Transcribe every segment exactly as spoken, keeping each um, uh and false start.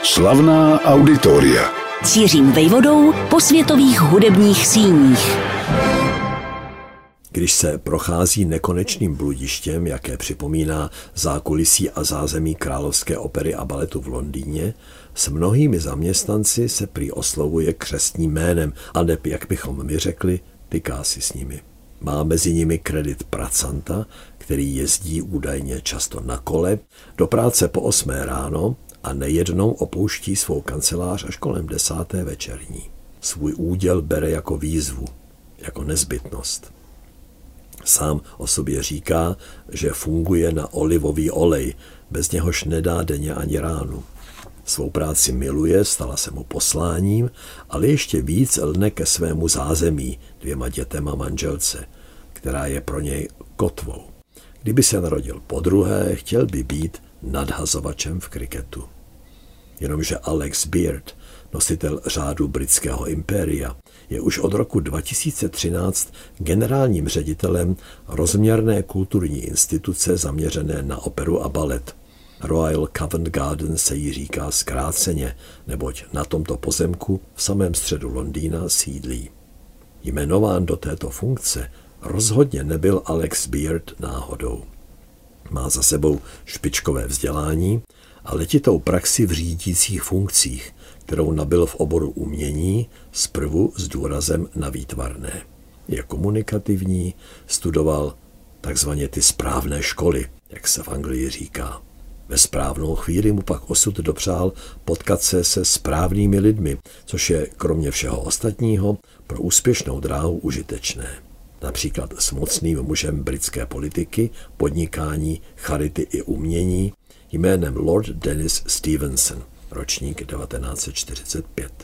Slavná auditoria. Cířím vejvodou po světových hudebních síních. Když se prochází nekonečným bludištěm, jaké připomíná zákulisí a zázemí Královské opery a baletu v Londýně, s mnohými zaměstnanci se prý oslovuje křestním jménem, a neb, jak bychom my řekli, tyká si s nimi. Má mezi nimi kredit pracanta, který jezdí údajně často na kole, do práce po osmé ráno a nejednou opouští svou kancelář až kolem desáté večerní. Svůj úděl bere jako výzvu, jako nezbytnost. Sám o sobě říká, že funguje na olivový olej, bez něhož nedá denně ani ránu. Svou práci miluje, stala se mu posláním, ale ještě víc lne ke svému zázemí, dvěma dětem a manželce, která je pro něj kotvou. Kdyby se narodil podruhé, chtěl by být nadhazovačem v kriketu. Jenomže Alex Beard, nositel řádu britského impéria, je už od roku dva tisíce třináct generálním ředitelem rozměrné kulturní instituce zaměřené na operu a balet. Royal Covent Garden se jí říká zkráceně, neboť na tomto pozemku v samém středu Londýna sídlí. Jmenován do této funkce rozhodně nebyl Alex Beard náhodou. Má za sebou špičkové vzdělání a letitou praxi v řídících funkcích, kterou nabyl v oboru umění, zprvu s důrazem na výtvarné. Je komunikativní, studoval takzvaně ty správné školy, jak se v Anglii říká. Ve správnou chvíli mu pak osud dopřál potkat se se správnými lidmi, což je kromě všeho ostatního pro úspěšnou dráhu užitečné. Například s mocným mužem britské politiky, podnikání, charity i umění jménem Lord Dennis Stevenson, ročník devatenáct set čtyřicet pět.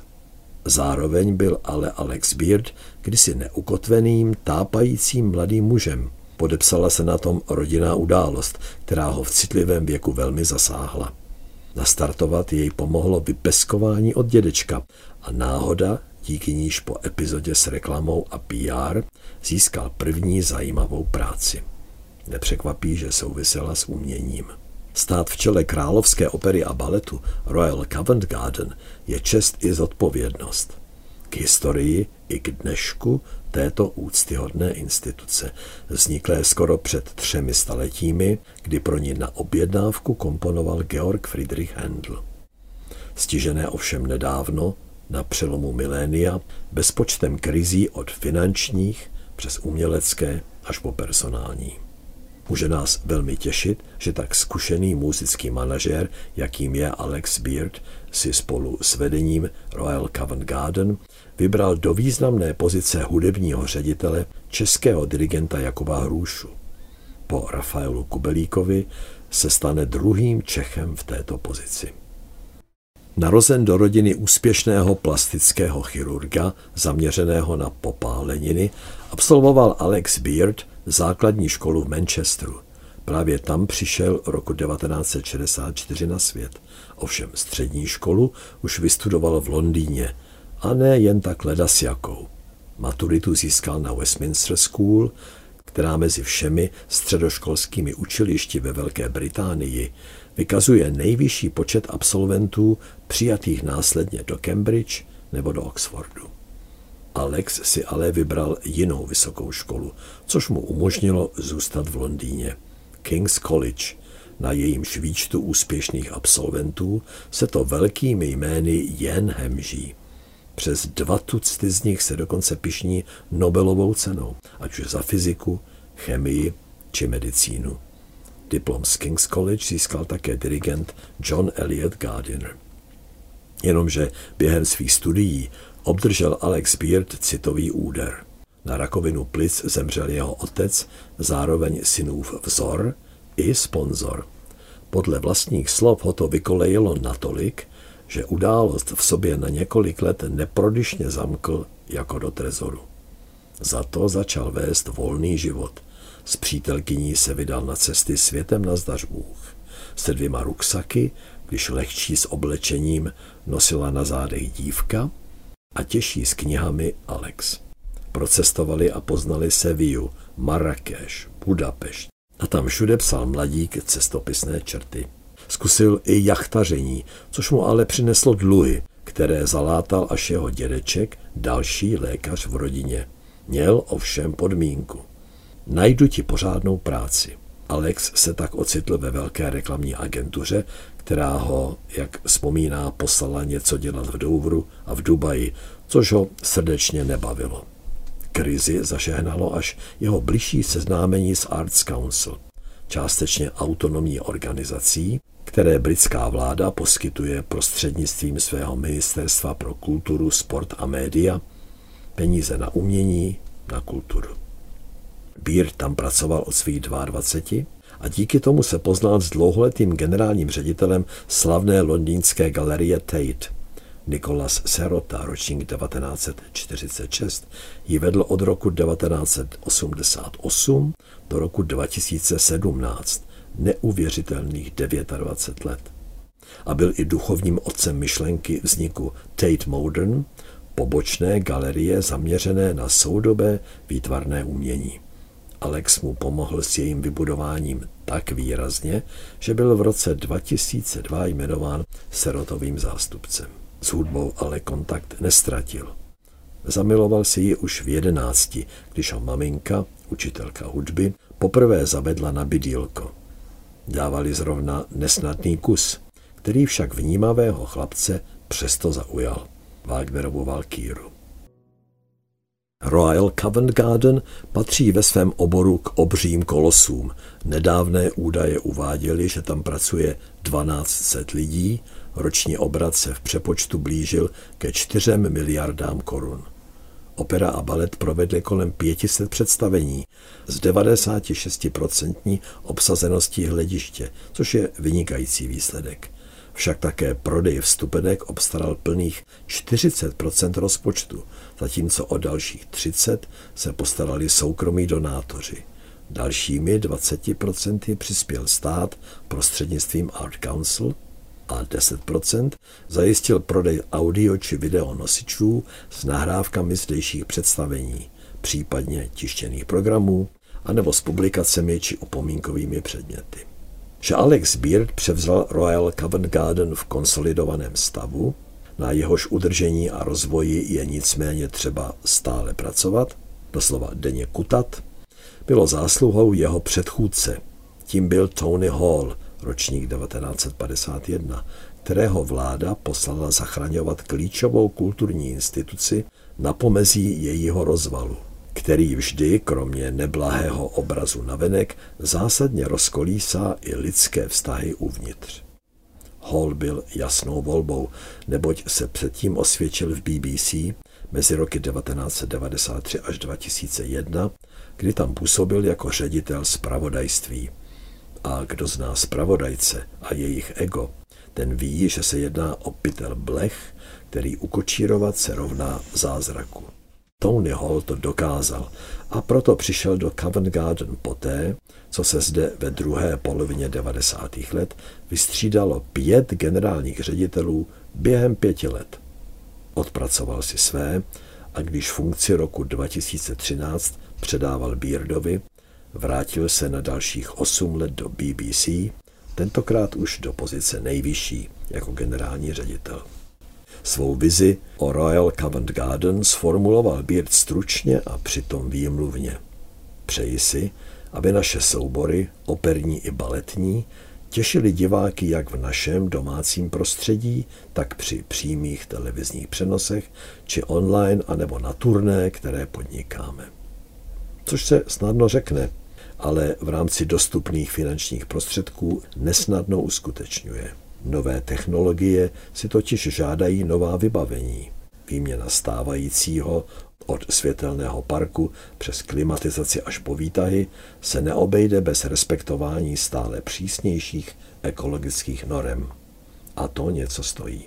Zároveň byl ale Alex Beard kdysi neukotveným, tápajícím mladým mužem. Podepsala se na tom rodinná událost, která ho v citlivém věku velmi zasáhla. Nastartovat jej pomohlo vypeskování od dědečka a náhoda, díky níž po epizodě s reklamou a P R získal první zajímavou práci. Nepřekvapí, že souvisela s uměním. Stát v čele Královské opery a baletu Royal Covent Garden je čest i zodpovědnost. K historii i k dnešku této úctyhodné instituce, vzniklé skoro před třemi staletími, kdy pro ní na objednávku komponoval Georg Friedrich Händel. Stižené ovšem nedávno, na přelomu milénia, bezpočtem krizí od finančních přes umělecké až po personální. Může nás velmi těšit, že tak zkušený muzický manažér, jakým je Alex Beard, si spolu s vedením Royal Covent Garden vybral do významné pozice hudebního ředitele českého dirigenta Jakuba Hrušu. Po Rafaelu Kubelíkovi se stane druhým Čechem v této pozici. Narozen do rodiny úspěšného plastického chirurga zaměřeného na popáleniny, absolvoval Alex Beard základní školu v Manchesteru. Právě tam přišel roku devatenáct set šedesát čtyři na svět. Ovšem střední školu už vystudoval v Londýně a ne jen tak ledasjakou. Maturitu získal na Westminster School, která mezi všemi středoškolskými učilišti ve Velké Británii vykazuje nejvyšší počet absolventů přijatých následně do Cambridge nebo do Oxfordu. Alex si ale vybral jinou vysokou školu, což mu umožnilo zůstat v Londýně. King's College. Na jejímž výčtu úspěšných absolventů se to velkými jmény jen hemží. Přes dva tucty z nich se dokonce pyšní Nobelovou cenou, ať už za fyziku, chemii či medicínu. Diplom z King's College získal také dirigent John Eliot Gardiner. Jenomže během svých studií obdržel Alex Beard citový úder. Na rakovinu plic zemřel jeho otec, zároveň synův vzor i sponzor. Podle vlastních slov ho to vykolejilo natolik, že událost v sobě na několik let neprodyšně zamkl jako do trezoru. Za to začal vést volný život. S přítelkyní se vydal na cesty světem nazdař Bůh. Se dvěma ruksaky, když lehčí s oblečením nosila na zádech dívka a těžší s knihami Alex. Procestovali a poznali Sevillu, Marrakeš, Budapešť a tam všude psal mladík cestopisné črty. Zkusil i jachtaření, což mu ale přineslo dluhy, které zalátal až jeho dědeček, další lékař v rodině. Měl ovšem podmínku. Najdu ti pořádnou práci. Alex se tak ocitl ve velké reklamní agentuře, která ho, jak vzpomíná, poslala něco dělat v Douvru a v Dubaji, což ho srdečně nebavilo. Krizi zažehnalo až jeho bližší seznámení s Arts Council, částečně autonomní organizací, které britská vláda poskytuje prostřednictvím svého ministerstva pro kulturu, sport a média, peníze na umění, na kulturu. Beard tam pracoval od svých dvaceti dvou a díky tomu se poznal s dlouholetým generálním ředitelem slavné londýnské galerie Tate. Nicholas Serota, ročník devatenáct set čtyřicet šest, ji vedl od roku devatenáct set osmdesát osm do roku dva tisíce sedmnáct, neuvěřitelných dvacet devět let. A byl i duchovním otcem myšlenky vzniku Tate Modern, pobočné galerie zaměřené na soudobé výtvarné umění. Alex mu pomohl s jejím vybudováním tak výrazně, že byl v roce dva tisíce dva jmenován Serotovým zástupcem. S hudbou ale kontakt nestratil. Zamiloval si ji už v jedenácti, když ho maminka, učitelka hudby, poprvé zavedla na bidýlko. Dávali zrovna nesnadný kus, který však vnímavého chlapce přesto zaujal. Wagnerovu Valkýru. Royal Covent Garden patří ve svém oboru k obřím kolosům. Nedávné údaje uváděly, že tam pracuje dvanáct set lidí, roční obrat se v přepočtu blížil ke čtyřem miliardám korun. Opera a balet provedly kolem pět set představení s devadesát šest procent obsazeností hlediště, což je vynikající výsledek. Však také prodej vstupenek obstaral plných čtyřicet procent rozpočtu, zatímco o dalších třicet se postarali soukromí donátoři. Dalšími dvacet procent přispěl stát prostřednictvím Art Council a deset procent zajistil prodej audio či video nosičů s nahrávkami zdejších představení, případně tištěných programů, anebo s publikacemi či upomínkovými předměty. Že Alex Beard převzal Royal Covent Garden v konsolidovaném stavu, na jehož udržení a rozvoji je nicméně třeba stále pracovat, doslova denně kutat, bylo zásluhou jeho předchůdce. Tím byl Tony Hall, ročník devatenáct set padesát jedna, kterého vláda poslala zachraňovat klíčovou kulturní instituci na pomezí jejího rozvalu, který vždy, kromě neblahého obrazu navenek, zásadně rozkolísá i lidské vztahy uvnitř. Hall byl jasnou volbou, neboť se předtím osvědčil v B B C mezi roky devatenáct set devadesát tři až dva tisíce jedna, kdy tam působil jako ředitel zpravodajství. A kdo zná zpravodajce a jejich ego, ten ví, že se jedná o pytel blech, který ukočírovat se rovná zázraku. Tony Hall to dokázal a proto přišel do Covent Garden poté, co se zde ve druhé polovině devadesátých let vystřídalo pět generálních ředitelů během pěti let. Odpracoval si své a když funkci roku dva tisíce třináct předával Beardovi, vrátil se na dalších osm let do B B C, tentokrát už do pozice nejvyšší jako generální ředitel. Svou vizi o Royal Covent Garden sformuloval Beard stručně a přitom výmluvně. Přeji si, aby naše soubory, operní i baletní, těšili diváky jak v našem domácím prostředí, tak při přímých televizních přenosech, či online, anebo na turné, které podnikáme. Což se snadno řekne, ale v rámci dostupných finančních prostředků nesnadno uskutečňuje. Nové technologie si totiž žádají nová vybavení. Výměna stávajícího od světelného parku přes klimatizaci až po výtahy se neobejde bez respektování stále přísnějších ekologických norem. A to něco stojí.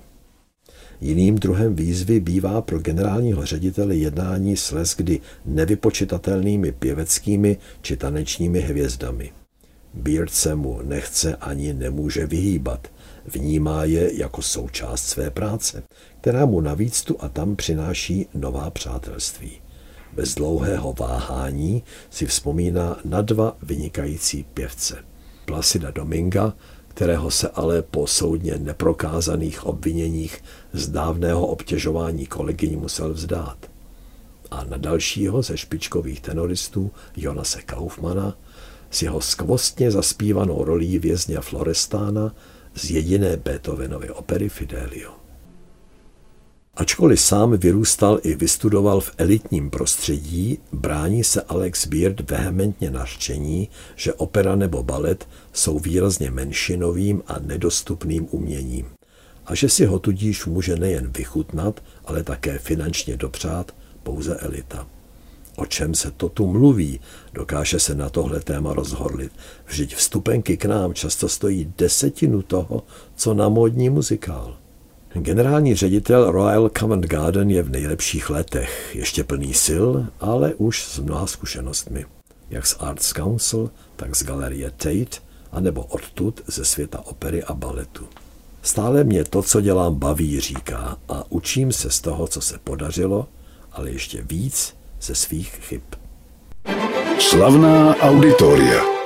Jiným druhem výzvy bývá pro generálního ředitele jednání s leckdy nevypočitatelnými pěveckými či tanečními hvězdami. Beard se mu nechce ani nemůže vyhýbat. Vnímá je jako součást své práce, která mu navíc tu a tam přináší nová přátelství. Bez dlouhého váhání si vzpomíná na dva vynikající pěvce. Placida Dominga, kterého se ale po soudně neprokázaných obviněních z dávného obtěžování kolegyň musel vzdát. A na dalšího ze špičkových tenoristů Jonase Kaufmana s jeho skvostně zaspívanou rolí vězně Florestána z jediné Beethovenovy opery Fidelio. Ačkoliv sám vyrůstal i vystudoval v elitním prostředí, brání se Alex Beard vehementně nařčení, že opera nebo balet jsou výrazně menšinovým a nedostupným uměním a že si ho tudíž může nejen vychutnat, ale také finančně dopřát pouze elita. O čem se to tu mluví? Dokáže se na tohle téma rozhorlit. Vždyť vstupenky k nám často stojí desetinu toho, co na módní muzikál. Generální ředitel Royal Covent Garden je v nejlepších letech, ještě plný sil, ale už s mnoha zkušenostmi. Jak z Arts Council, tak z galerie Tate, anebo odtud ze světa opery a baletu. Stále mě to, co dělám, baví, říká, a učím se z toho, co se podařilo, ale ještě víc ze svých chyb. Slavná auditoria.